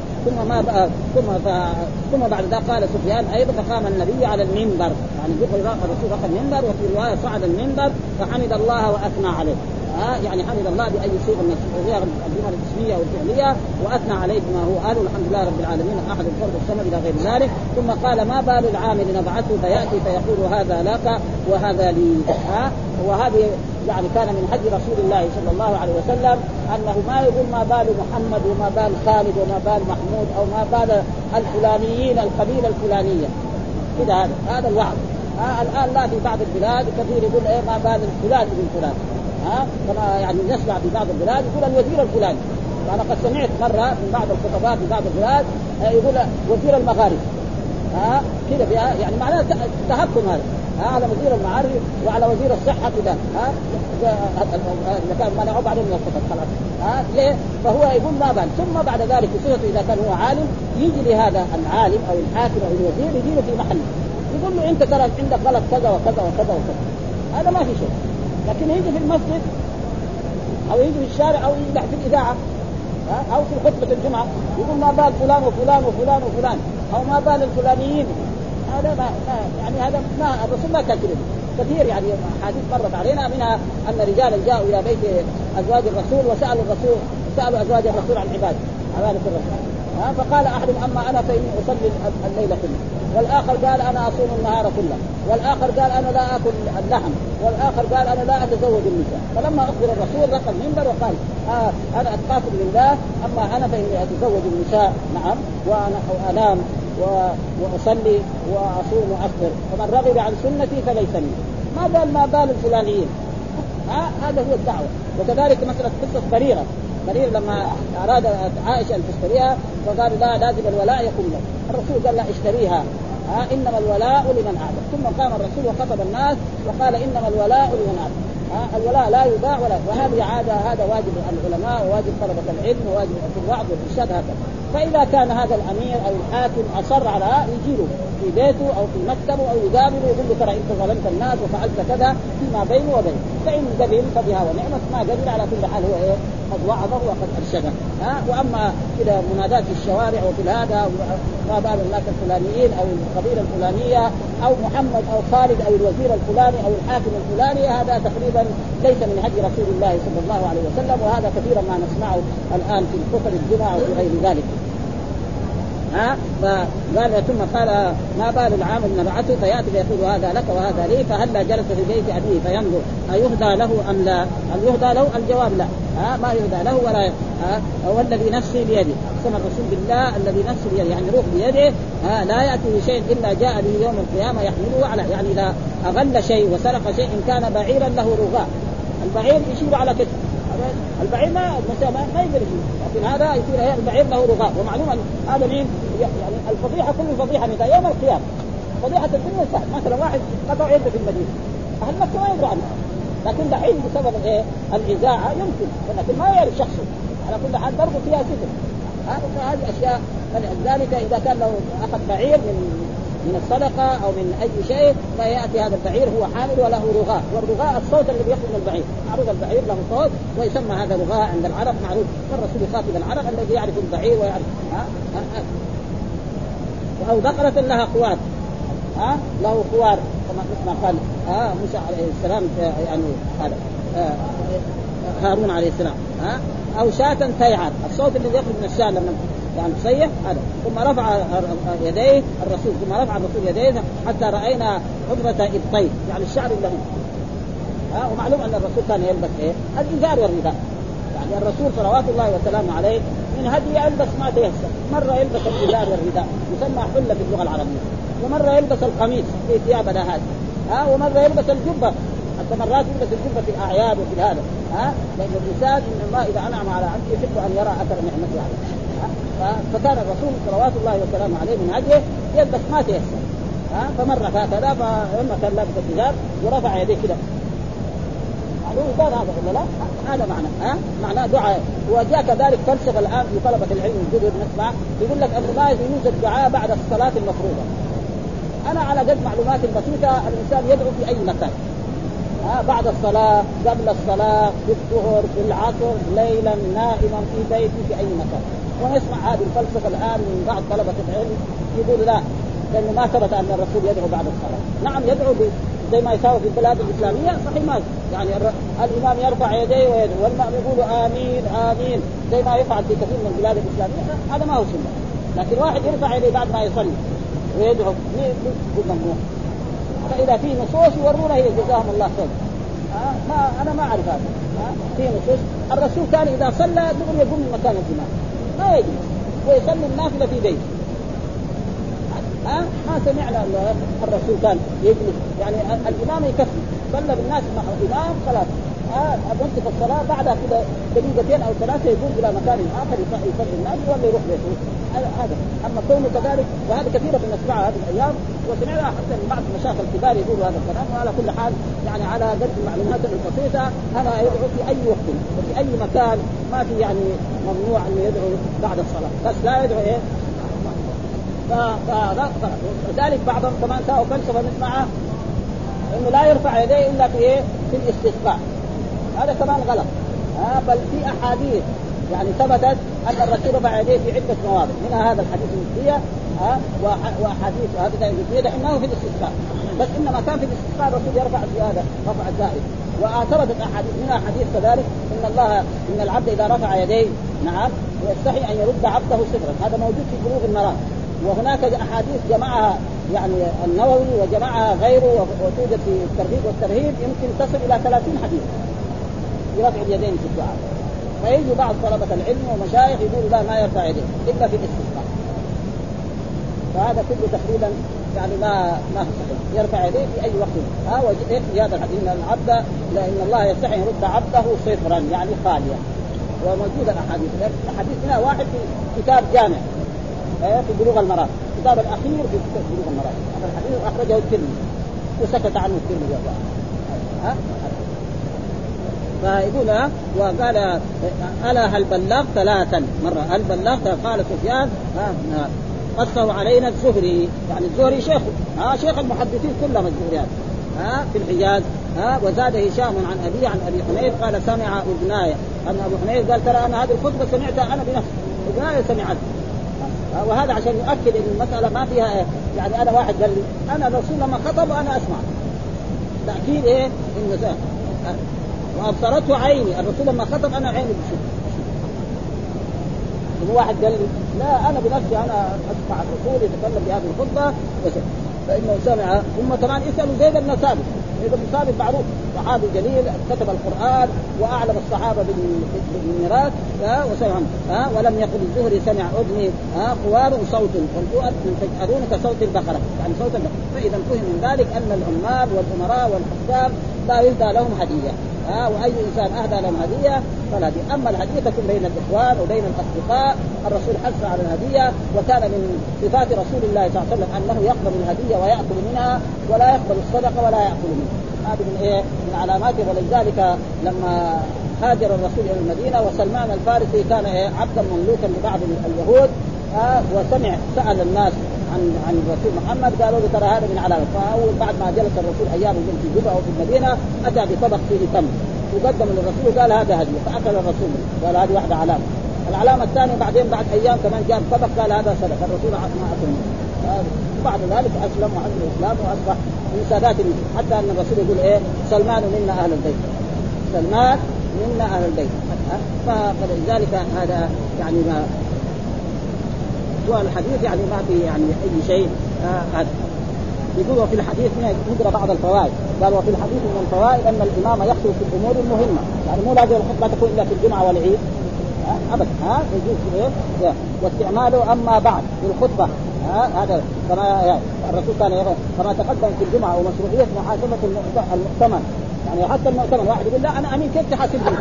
ثم بعد ذلك قال سفيان ايضا فقام النبي على المنبر، يعني الرسول رقم المنبر، وفي روايه صعد المنبر فحمد الله واثنى عليه، يعني حمد الله باي صيغه من الصيغ الجمل الاسميه والفعليه، واثنى عليه بما هو قال الحمد لله رب العالمين احد الفرد الصمد الى غير ذلك. ثم قال ما بال العامل نبعثه فياتي فيقول هذا لك وهذا لي. وهذه يعني كان من حج رسول الله صلى الله عليه وسلم انه ما يقول ما بال محمد وما بال خالد وما بال محمود او ما بال الفلانيين القبيله الفلانيه كذا، هذا الوعظ. الان لا في بعض البلاد كثير يقول ما بال الفلان ابن فلان، كما يعني نسمع في بعض البلاد يقول الوزير الفلاني. انا قد سمعت مره من بعض الخطباء في بعض البلاد يقول وزير المغارب كذا فيها يعني معناه تهكم هذا على وزير المعارف وعلى وزير الصحة كذا إذا كان منعه بعدين من الصفة خلاص ليه؟ فهو يقول ما بال. ثم بعد ذلك بصفته إذا كان هو عالم يجي لهذا العالم أو الحاكم أو الوزير يجي له في محله يقول له أنت ترى عندك غلط كذا وكذا وكذا وكذا. هذا ما في شيء. لكن يجي في المسجد أو يجي في الشارع أو يجي في الإذاعة أو في خطبة الجمعة يقول ما بال فلان وفلان وفلان وفلان أو ما بال الفلانيين. هذا ما يعني هذا ما الرسول ما كان كثير يعني حديث مرت علينا منها أن رجالا جاءوا إلى بيت أزواج الرسول وسألوا أزواج الرسول عن عبادة الرسول فقال أحدهم أما أنا فإني أصلي الليل كله والآخر قال أنا أصوم النهار كله والآخر قال أنا لا أكل اللحم والآخر قال أنا لا أتزوج النساء. فلما أخبر الرسول رقى المنبر وقال أنا أتقاكم لله أما أنا فإني أتزوج النساء نعم وأنا أنام وأصلي وأصوم وأفطر فمن رغب عن سنتي فليس مني. ما بال الفلانيين. هذا هو الدعوة. وكذلك مسألة قصة بريرة لما أراد عائشة أن تشتريها فقال لا لازم الولاء يكون له. الرسول قال لا اشتريها إنما الولاء لمن أعلم. ثم قام الرسول وخطب الناس وقال إنما الولاء لمن أعلم. الولاء لا يباع وهذه عادة هذا واجب العلماء وواجب طلبة العلم وواجب الوعظ والإرشاد هكذا. فإذا كان هذا الأمير أو الحاكم أصر على يجيله في بيته أو في مكتبه أو يقابله ويقول له ترى أنت ظلمت الناس وفعلت كذا فيما بينه وبينه فإن قبل فبها ونعمة ما قبل على كل حال هو قد وعظه وقد أرشده. وأما كذا منادات في الشوارع وفي هذا ما بال الناس الفلانيين أو القبيلة الفلانية أو محمد أو خالد أو الوزير الفلاني أو الحاكم الفلاني هذا تقريبا ليس من هدي رسول الله صلى الله عليه وسلم. وهذا كثيرا ما نسمعه الآن في خطب الجمعة وفي غير ذلك. فقال ثم قال ما بال العامل نبعته فيأتي فيقول هذا لك وهذا لي فهلا جلس في بيت أبيه فينظر أيهدى له أم لا. هل يهدى له؟ الجواب لا ما يهدى له ولا والذي نفسي بيده. قسم الرسول بالله الذي نفسي بيده يعني روح بيده لا يأتي بشيء إلا جاء به يوم القيامة يحمله على يعني إذا أغل شيء وسرق شيء إن كان بعيرا له رغاء. البعير يشير على كتف البعير ما يقدر يشيل لكن هذا يصير البعير له رغاء. ومعلوم هذا مين يعني الفضيحة كل فضيحة من يوم القيامة فضيحة الدنيا سهل. مثلا واحد قطع يده في المدينة أهل مكة ما يدري عنه لكن دحين بسبب الإذاعة يمكن لكن ما يعرف شخصه على كل حال برضه فيها ستر. هذه أشياء ذلك إذا كان له أخذ بعير من الصدقة أو من أي شيء فيأتي هذا البعير هو حامل وله رغاء. والرغاء الصوت الذي يخرج من البعير معروف البعير له صوت ويسمى هذا رغاء عند العرب معروف. فالرسول يخاطب العرب الذي يعرف البعير ويعرف أو بقرة لها خوار له خوار كما قال موسى عليه السلام يعني هذا هارون عليه السلام أو شاة تيعر الصوت الذي يخرج من الشاة لما يعني تصيح هذا. ثم رفع يديه الرسول ثم رفع الرسول يديه حتى رأينا حفرة إبطين يعني الشعر اللهم ومعلوم أن الرسول كان يلبس الإزار والرداء. يعني الرسول صلوات الله وسلامه عليه من هدي يلبس ما تيسر. مرة يلبس الإزار والرداء يسمى حلة في اللغة العربية ومرة يلبس القميص في ثيابنا هذه ومرة يلبس الجبة حتى مرات يلبس الجبة في الأعياد وفي هذا لأن الإنسان إن الله إذا أنعم على عبده يحب أن يرى أثر نعمته عليه. فكان الرسول صلوات الله وسلامه عليه من هديه يلبس ما تيسر فمرة هكذا فلما كان لابس الإزار ورفع يديه كده معلوم كان هذا ولا لا هذا معناه دعاء. وجاء كذلك فلسفة الآن في طلبة العلم الجدد نسمع يقول لك أنه لا يوجد دعاء بعد الصلاة المفروضة. أنا على قد معلومات بسيطة الإنسان يدعو في أي مكان بعد الصلاة قبل الصلاة في الظهر في العصر ليلا نائما في بيته في أي مكان. ونسمع هذه الفلسفة الآن من بعض طلبة العلم يقول لا لأنه ما ثبت أن الرسول يدعو بعد الصلاة. نعم يدعو زي ما يساوي في البلاد الإسلامية صحيح ما يعني الإمام يرفع يديه ويدعو والمأموم يقول آمين آمين زي ما يفعل في كثير من البلاد الإسلامية. هذا ما هو سنة. لكن واحد يرفع يديه بعد ما يصلي ويدعو ممنوع. فإذا في نصوص يورونا هي جزاهم الله خير. أنا ما أعرف هذا. في نصوص الرسول كان إذا صلى دغري يقوم من مكان الإمام ما يجلس ويصلي النافلة في بيته. ما سمعنا الرسول كان يجلس يعني الإمام يكفي صلى بالناس مع الإمام خلاص منتصف الصلاه بعدها كده دقيقتين او ثلاثه يقوم الى مكان اخر يصلي الناس ولا يروح بيته. هذا اما كونه كذلك، وهذا كثيرا من نسمعها هذه الايام، وسمعنا حتى من بعض المشايخ الكبار يقولوا هذا الكلام. وعلى كل حال يعني على قد المعلومات البسيطه انا يدعو في اي وقت وفي اي مكان، ما في يعني ممنوع انه يدعو بعد الصلاه، بس لا يدعو ايه. فذلك بعضهم كمان ساءوا فلسفه نسمعها انه لا يرفع يديه الا في ايه؟ في الاستسقاء. هذا كمان غلط. بل في احاديث يعني ثبتت ان الرسول رفع يديه في عده مواضع، منها هذا الحديث المسيح واحاديث هذا المسيح انه في الاستسقاء، بس انما كان في الاستسقاء الرسول يرفع زياده رفع زائد. وثبتت احاديث، منها حديث كذلك ان العبد اذا رفع يديه نعم ويستحي ان يرد عبده صفرا، هذا موجود في بلوغ المرام. وهناك احاديث جمعها يعني النووي وجمعها غيره وتوجد في الترغيب والترهيب، يمكن تصل الى 30 حديث يرفع اليدين في الدعاء. فيجي بعض طلبة العلم ومشايخ يقولوا لا ما يرفع يديه الا في الاستسقاء. فهذا كله تقريبا يعني ما صحيح، يرفع يديه في اي وقت. وجئت في هذا الحديث ان العبد لان الله يستحي يرد عبده صفرا يعني خاليا. وموجوده الاحاديث منها واحد في كتاب جامع في بلوغ المرام، الكتاب الاخير في بلوغ المرام، هذا الحديث اخرجه الترمذي وسكت عنه الترمذي. فيقول وقال ألا هل بلغت ثلاثا مرة، هل بلغت؟ قال سفيان قصه علينا الزهري، يعني الزهري شيخ المحدثين كلهم الزهري في الحجاز. وزاد هشام عن أبي حنيف قال سمع أذناي، أن أبو حنيف قال ترى أنا هذه الخطبة سمعتها أنا بنفسي، أذناي سمعت. وهذا عشان يؤكد ان المسألة ما فيها يعني انا واحد قال لي انا الرسول لما خطب وانا اسمع، تأكيد ايه انه وابصرته عيني، الرسول لما خطب انا عيني بشوف. واحد قال لي لا انا بنفسي انا اسمع الرسول يتكلم بهذه الخطبة فانه سمع. ثم كمان اسالوا زيد بن ثابت، زيد بن ثابت معروف صحابي جليل كتب القرآن واعلم الصحابة بالميراث وسمع ولم يقل الزهري سمع اذني قوار صوت والقوات من تجعلون كصوت البقرة، يعني صوت البقرة. فاذا فهم من ذلك ان العمال والامراء والحكام لا يهدى لهم هدية، واي انسان اهدى لهم هديه فلا هديه. اما الهديه تكون بين الاخوان وبين الاصدقاء، الرسول حث على الهديه، وكان من صفات رسول الله صلى الله عليه وسلم انه يقبل الهديه وياكل منها ولا يقبل الصدقه ولا ياكل منها. هذه من ايه؟ من علاماته. ولذلك لما هاجر الرسول الى المدينه وسلمان الفارسي كان عبدا مملوكا لبعض اليهود، وسمع سال الناس عن الرسول محمد قالوا له ترى هذا من علامه. فاول بعد ما جلس الرسول ايام في جبهه او في المدينه اتى بطبق فيه تمر وقدم للرسول وقال هذا هديه، فاكل الرسول قال هذه واحده علامه. العلامه الثانيه بعدين بعد ايام كمان جاب طبق قال هذا صدقه، الرسول ما اكل منه. وبعد ذلك اسلم وعمل الاسلام واصبح من سادات المسلمين، حتى ان الرسول يقول ايه سلمان منا اهل البيت، سلمان منا اهل البيت. فلذلك هذا يعني ما الحديث يعني ما في يعني اي شيء. هذا يقول وفي الحديث نقرا بعض الفوائد. قال وفي الحديث من الفوائد ان الامام يخطب في الامور المهمه، يعني مو لازم الخطبه تكون الا في الجمعه والعيد ابدا، يجوز ايه واستعماله اما بعد في الخطبه. هذا كما الرسول كان يقول كما تقدم في الجمعه ومشروعيه محاسبه المؤتمن، يعني حتى المؤتمن واحد يقول لا انا امين كيف تحاسبني؟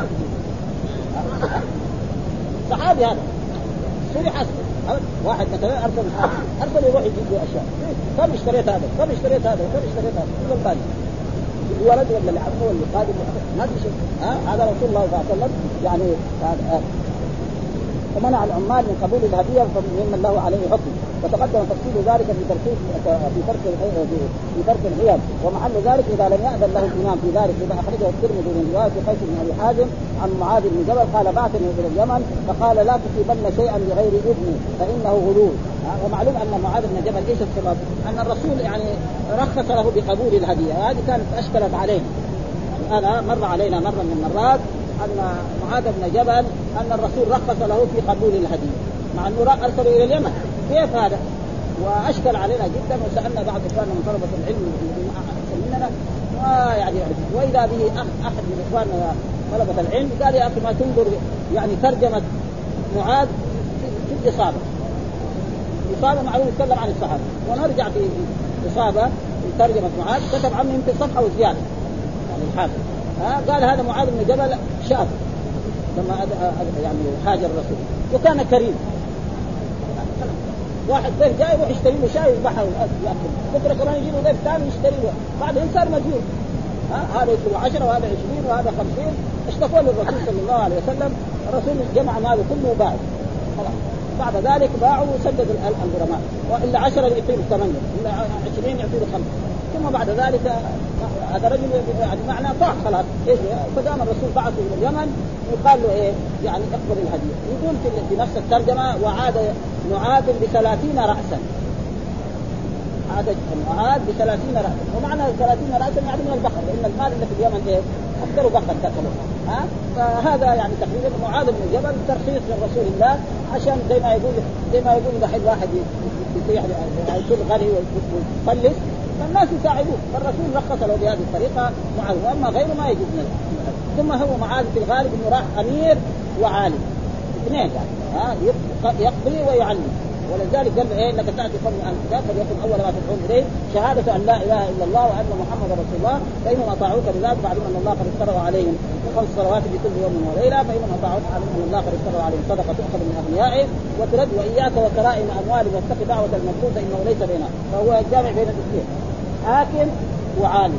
صحابي هذا شو يحاسب؟ واحد مثلا ارسل يروح يجيب له اشياء، كم اشتريت هذا كم اشتريت هذا كم اشتريت هذا كل الباقي الولد ولا اللي عمه ولا القادم ما في شيء. هذا رسول الله صلى الله عليه وسلم يعني ومنع العمال من قبول الهديه ممن له عليه حكم، وتقدم تفصيل ذلك في ترك الحيل. ومحل ذلك اذا لم يأذن له الامام في ذلك، اذا اخرجه الترمذي من روايه قيس بن ابي حازم عن معاذ بن جبل قال بعثني الى اليمن فقال لا تصيبن شيئا بغير اذني فانه غلول. ومعلوم ان معاذ بن جبل ايش السبب؟ ان الرسول يعني رخص له بقبول الهديه، هذه كانت اشكلت علينا. يعني انا مر علينا مره من المرات ان معاذ بن جبل ان الرسول رخص له في قبول الهديه مع انه ارسل الى اليمن، كيف هذا؟ واشكل علينا جدا. وسالنا بعض اخواننا من طلبه العلم الذين احسن مننا يعني واذا به احد من اخواننا طلبه العلم قال يا اخي ما تنظر يعني ترجمه معاذ في الاصابه. الاصابه معلوم يتكلم عن الصحابه، ونرجع في الاصابه في ترجمه معاذ كتب عنه يمكن صفحه وزياده يعني الحافظ قال هذا معاذ بن جبل شاب لما يعني هاجر الرسول وكان كريم. واحد ضيف جاي يروح يشتري له شاي يذبحه ويأكل، بكره كمان يجي له ضيف ثاني يشتري له، بعدين صار مديون. هذا يشتري 10 وهذا 20 وهذا 50. اشتكوا للرسول صلى الله عليه وسلم، الرسول جمع ماله كله وباع. خلاص بعد ذلك باعوا وسدد الغرماء، والا 10 يعطيه 8، الا 20 يعطيه 5. ثم بعد ذلك هذا رجل يعني معناه طاح خلاص. ايش فقام الرسول بعثه الى اليمن وقال له ايه يعني اقبل الهديه. يقول في نفس الترجمه وعاد معاذ ب30 رأسا. عاد معاذ ب30 رأسا، ومعنى 30 رأسا يعني من البقر، لان المال اللي في اليمن ايه اكثر بقر تاكله. فهذا يعني تقريبا معاذ بن جبل ترخيص لرسول الله، عشان زي ما يقول دحين واحد يكون غني ويفلس فالناس يساعدوه، فالرسول رخص له بهذه الطريقه معاذ، واما غيره ما يجوز له. ثم هو معاذ في الغالب انه راح امير وعالم اثنين يعني يقضي ويعلم، ولذلك قال ايه انك تاتي قوم عن الكتاب فليكن اول ما تدعون اليه شهاده ان لا اله الا الله وان محمدا رسول الله، فانهم اطاعوك بذلك فاعلم ان الله قد افترض عليهم 5 صلوات بكل يوم وليله، فانهم اطاعوك فاعلم ان الله قد افترض عليهم صدقه تؤخذ من اغنيائهم وترد، واياك وكرائم اموالهم واتق دعوه المظلوم فانه ليس بينها. فهو جامع بين الاثنين حاكم وعالم.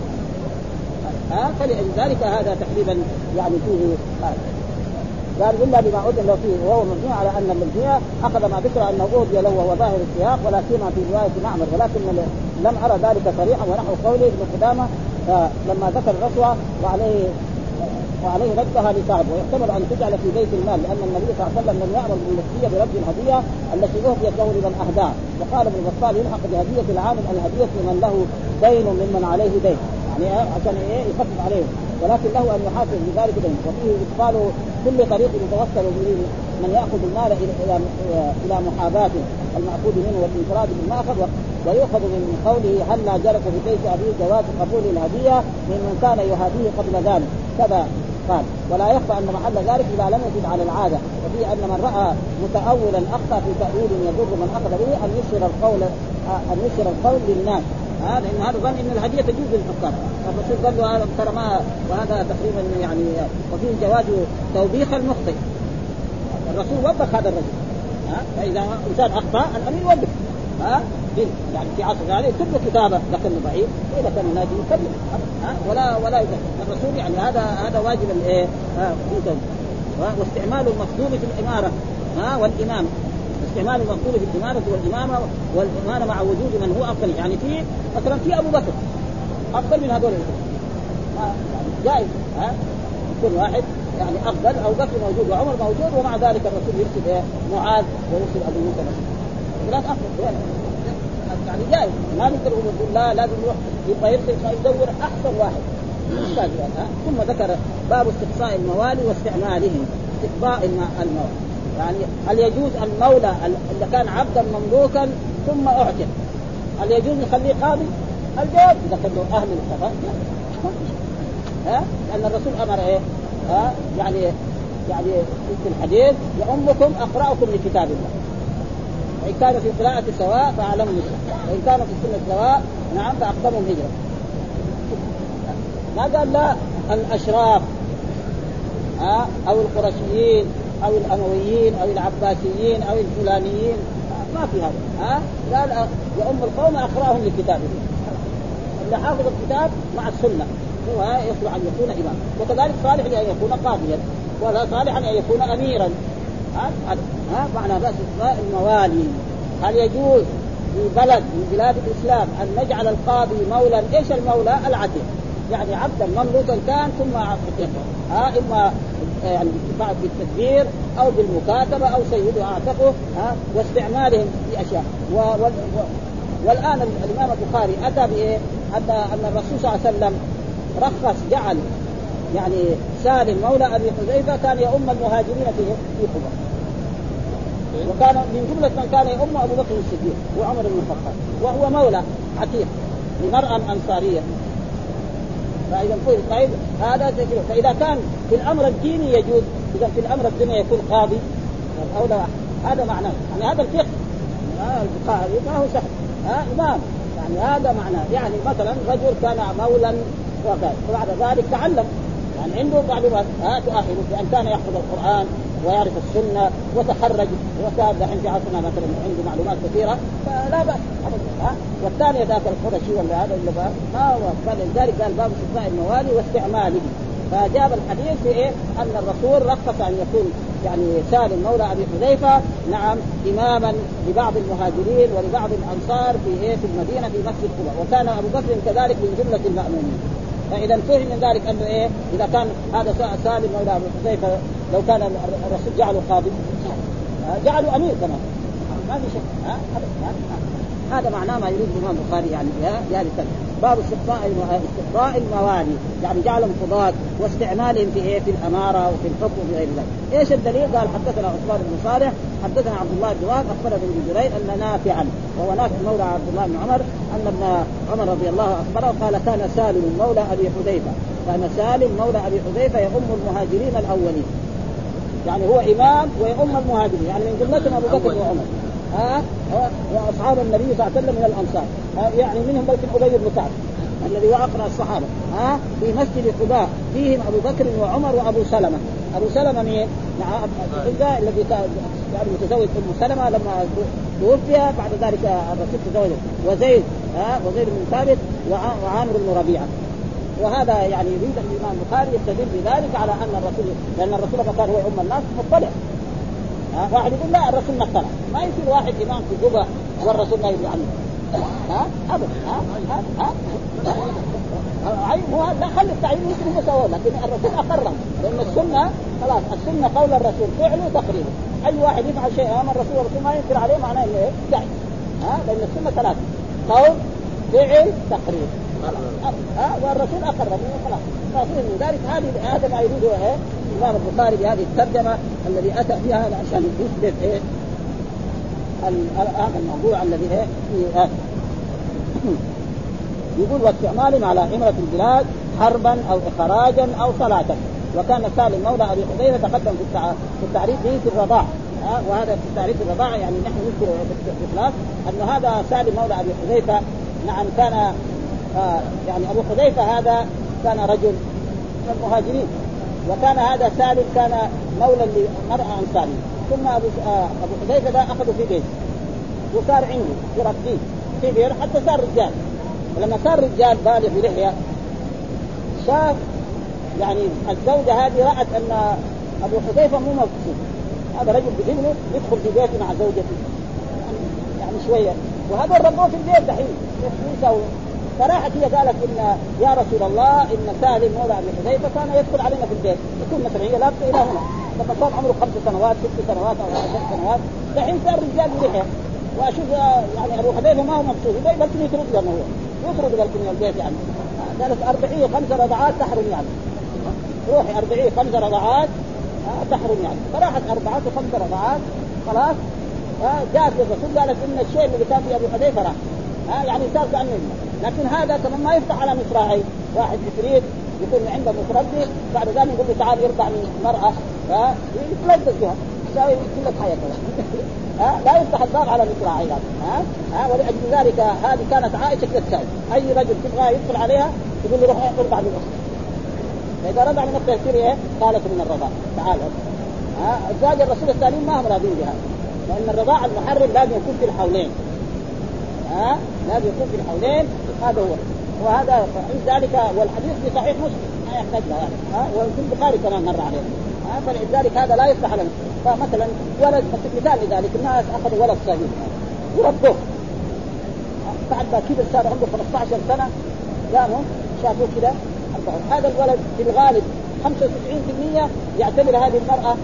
فلذلك هذا تقريبا يعني فيه قال إلا بما أذن له فيه، وهو مبني على أن المبنية أخذ ما ذكر أنه أهدي له وهو ظاهر السياق، ولكنها في رواية معمر، ولكن لم أرى ذلك صريحا، ونحو قوله ابن قدامة لما ذكر الرشوة وعليه ردها لصاحبه، ويحتمل أن تجعل في بيت المال، لأن النبي صلى الله عليه وسلم لم يأمر بالمسكية برد الهدية التي أهديت له لمن أهداها، وقال ابن بطال يلحق بهدية العامل الهدية لمن له دين ممن عليه دين، يعني عشان يخفف عليه، ولكن له أن يحاسب بذلك دين. وفيه إدخال كل طريق يتوصل به من يأخذ المال إلى محاباة المأخوذ منه والانفراد بالمأخذ، ويؤخذ من قوله هل لا جرت في بيت أبيه جواز قبول الهدية ممن كان يهاديه قبل ذلك كذا قال. ولا يخفى أن محل ذلك إذا لم يزد على العادة، وفيه أن من رأى متأولا أخطأ في تأويل يضر من أخذ به أن يشر القول للناس، لأن هذا ظن أن الهدية تجوز للحكام. الرسول قال له هذا ترى ما، وهذا تقريبا يعني وفيه جواز توبيخ المخطئ. الرسول وبخ هذا الرجل، فإذا إنسان أخطأ الأمير يوبخ، يعني في عصر هذا يكتب له كتابة لكن ضعيف، وإذا كان ناجي يكلم ولا يكلم. الرسول يعني هذا واجب الايه في توبيخ. واستعمال المفضول في الإمارة والإمامة، استعمال المفضول في الإمارة والإمامة مع وجود من هو أفضل، يعني في مثلا في أبو بكر أفضل من هذول يعني جائز يكون واحد يعني أفضل، أو بكر موجود وعمر موجود، ومع ذلك الرسول يرسل معاذ ويرسل أبو موسى ثلاث أفضل يعني جائز. ما نقدر نقول لا لازم يروح يبقى يرسل يدور أحسن واحد. ثم ذكر باب استقصاء الموالي واستعمالهم، استقصاء الموالي يعني هل يجوز المولى اللي كان عبدا مملوكا ثم اعتق هل يجوز يخليه قاضي؟ الجواب اذا كانوا اهل القضاء لان الرسول امر ايه يعني في الحديث يؤمكم اقرأكم لكتاب الله، وان كان في القراءة سواء فاعلموا السنة، وان كان في السنة سواء نعم فاقدموا الهجرة. ما قال لا الاشراف او القرشيين أو الأمويين أو العباسيين أو الفلانيين، ما في هذا. قال يا القوم أقرأهم لكتاب الله، اللي حافظ الكتاب مع السنة هو يصلح أن يكون إمام، وكذلك صالح لأن يكون قاضيا، ولا صالح أن يكون أميرا. معنى بس الموالي. هل يجوز في بلد من بلاد الإسلام أن نجعل القاضي مولا؟ إيش المولى؟ العتيق، يعني عبدا مملوكا كان ثم عتيقا، إما يعني اتفاق بالتدبير أو بالمكاتبة أو سيده أعتقه، واستعمالهم في أشياء. والآن الإمام البخاري أتى بإيه؟ أن الرسول صلى الله عليه وسلم رخص جعل يعني سالم مولى أبي حذيفة كان يؤم المهاجرين في قباء، وكان من جملة من كان يؤم أبو بكر الصديق وعمر بن الخطاب، وهو مولى عتيق لمرأة أنصارية. فإذا طيب هذا ذكر. فإذا كان في الأمر الديني يجوز، إذا في الأمر الديني يكون قاضي أو لا. هذا معناه يعني هذا الفقه البخاري ما هو سهل إمام، يعني هذا معناه. يعني مثلا رجل كان مولا وبعد ذلك تعلم يعني عنده معلومات تؤهله بأن كان يحفظ القرآن ويعرف السنة وتخرج وكان دحين في عصرنا مثلا عنده معلومات كثيرة فلا بأس. والثاني ذاك القرشي ولا هذا اللي ما فلذلك قال باب استثناء الموالي واستعماله. فجاب الحديث في إيه أن الرسول رخص أن يكون يعني سالم مولى أبي حذيفة نعم إماما لبعض المهاجرين ولبعض الأنصار في إيه في المدينة في مسجد قباء، وكان أبو بكر كذلك من جملة المأمومين. فإذا فهم من ذلك أنه إيه إذا كان هذا سالم مولى أبي حذيفة لو كان الرسول جعله قاضي جعله أمير كمان ما في شيء. هذا معناه ما يريد الإمام البخاري يعني بهذه الكلمة. باب استقضاء الموالي يعني جعلهم قضاة واستعمالهم في إيه في الأمارة وفي الحكم وفي غير ذلك. إيش الدليل؟ قال حدثنا عثمان بن صالح حدثنا عبد الله بن وهب أخبرنا ابن جرير أن نافعا وهو نافع مولى عبد الله بن عمر أن ابن عمر رضي الله أخبره قال كان سالم مولى أبي حذيفة، كان سالم مولى أبي حذيفة يؤم المهاجرين الأولين، يعني هو إمام ويؤم المهاجرين، يعني من جملتهم أبو بكر وعمر وأصحاب النبي صلى الله عليه وسلم من الأنصار، يعني منهم بيت أبي بن كعب الذي هو أقرأ الصحابة في مسجد قباء فيهم أبو بكر وعمر وأبو سلمة. أبو سلمة مين؟ الذي كان يعني متزوج أم سلمة لما توفي بعد ذلك الرسول تزوجه، وزيد بن ثابت وعامر بن ربيعة. وهذا يعني يريد الإمام البخاري يستدل بذلك على أن الرسول، لأن الرسول كان هو أم الناس مطلع. واحد يقول لا الرسول ما اطلع، ما يصير واحد إمام في جبهة والرسول ما يدري عنه أبدا. لا خلي التعيين يمكن يسوي، لكن الرسول أقرم، لأن السنة خلاص السنة قول الرسول فعله تقريره. أي واحد يفعل شيء أمام الرسول ما ينكر عليه معناه إنه داعي. لأن السنة ثلاثة: قول فعل تقرير. والرسول أقرم خلاص. فصير من ذلك هذا ما يريده الإمام البخاري بهذه الترجمة الذي أتى بها عشان يثبت هذا الموضوع الذي في يقول واستعمالهم على عمرة البلاد حربا أو إخراجا أو صلاة. وكان سالم مولى أبي حذيفة تقدم في التعريف به في الرضاع، وهذا في تعريف الرضاعة يعني نحن نذكر في الإخلاص أن هذا سالم مولى أبي حذيفة نعم كان يعني أبو حذيفة هذا كان رجل من المهاجرين، وكان هذا سالم كان مولى لمرأة أنصارية، ثم أبو حذيفة ده أخذه في بيت وصار عنده يربيه في بير حتى صار رجال. ولما صار رجال بالغ بلحية شاف يعني الزوجة هذه رأت أن أبو حذيفة مو مبسوط، هذا رجل بجنه يدخل في بيته مع زوجته يعني شوية، وهذا ربوه في البيت دحين يسوي. فراحت هي قالت إن يا رسول الله إن سالم مولى أبي حذيفة كان يدخل علينا في البيت، يكون مثلا هي لابسة إلى هنا لما صار عمره 5 سنوات 6 سنوات أو 10 سنوات دحين صار رجال بلحية، وأشوف يعني أبو حذيفة ما هو مبسوط بلكن يطرد له هو يطرد بلكن من البيت يعني. قالت 45 رضعات تحرم يعني، روحي 45 رضعات تحرم يعني. فراحت 4 و5 رضعات خلاص جاءت الرسول قالت إن الشيء اللي كان في أبو حذيفة راح يعني صار كأنه. لكن هذا كمان ما يفتح على مصراعي، واحد يريد يكون عنده متربي بعد ذلك يقول له تعال يرضع من مرأة يتلذذ بها يساوي كل حياته لا يفتح الباب على مصراعي ولأجل ذلك هذه كانت عائشة تسأل أي رجل تبغى يدخل عليها يقول له روح ارضع من أختك، فإذا رضع من أختك يصير إيه؟ قالت من الرضاع تعال. أزواج الرسول الثانيين ما هم راضين بها، لأن الرضاع المحرم لازم يكون في الحولين لازم يكون في الحولين، هذا هو. وهذا ذلك والحديث في صحيح مسلم ما يحتاج له وفي البخاري كمان مر عليه فلذلك هذا لا يفتح لنا. فمثلا ولد مثال لذلك الناس أخذوا ولد صغير وربوه بعد ما كبر صار عنده 15 سنة قاموا شافوه كده هذا الولد في الغالب 95% يعتبر هذه المرأة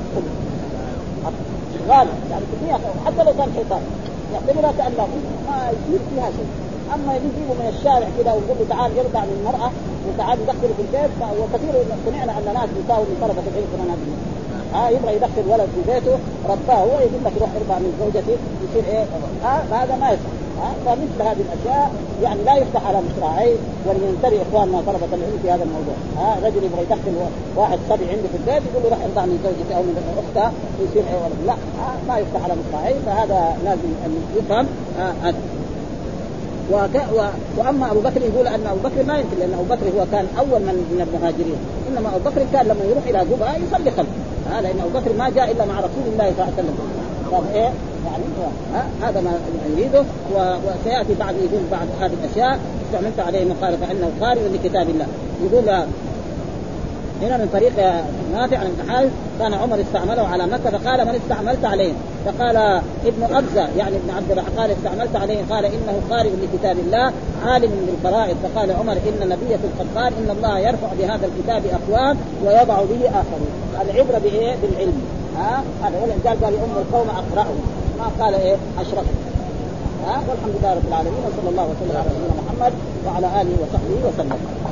غالب يعني كمية حتى لو كان حيطان يعتبرها كأنه ما يصير فيها شيء. أما يجيبوا من الشارع كده ويقولوا تعال يرضع من المرأة وتعال يدخل في البيت، وكثير سمعنا أن ناس يساووا من طلبة العلم كمان هذه يبغى يدخل ولد في بيته رباه هو يقول لك روح ارضع من زوجتي يصير إيه هذا ما يصح. فمثل هذه الأشياء يعني لا يفتح على مصراعي. ولينتبه إخواننا طلبة العلم في هذا الموضوع. رجل يبغى يدخل واحد صبي عنده في البيت يقول له روح ارضع من زوجتي أو من أختها يصير إيه ولد، لا ما يفتح على مصراعي. فهذا لازم أن يفهم. واما ابو بكر يقول ان ابو بكر ما يمكن، لان ابو بكر هو كان اول من المهاجرين، انما ابو بكر كان لما يروح الى جبهه يصلي خلفه، لان ابو بكر ما جاء الا مع رسول الله صلى الله عليه وسلم. طب ايه يعني هذا ما يريده. وسياتي بعد يقول بعد هذه الاشياء استعملت عليه مقال فانه قارئ لكتاب الله. يقول هنا من طريق نافع عن ابن حارث كان عمر استعمله على مكة فقال من استعملت عليه؟ فقال ابن أبزة يعني ابن عبد الرحمن قال استعملت عليه قال إنه قارئ لكتاب الله عالم بالفرائض. فقال عمر إن نبية القرآن إن الله يرفع بهذا الكتاب أقوام ويضع به آخرين. العبرة بإيه؟ بالعلم. هذا ولذلك قال أم القوم أقرأهم، ما قال إيه أشرفهم. والحمد لله رب العالمين، وصلى الله وسلم على سيدنا محمد وعلى آله وصحبه وسلم.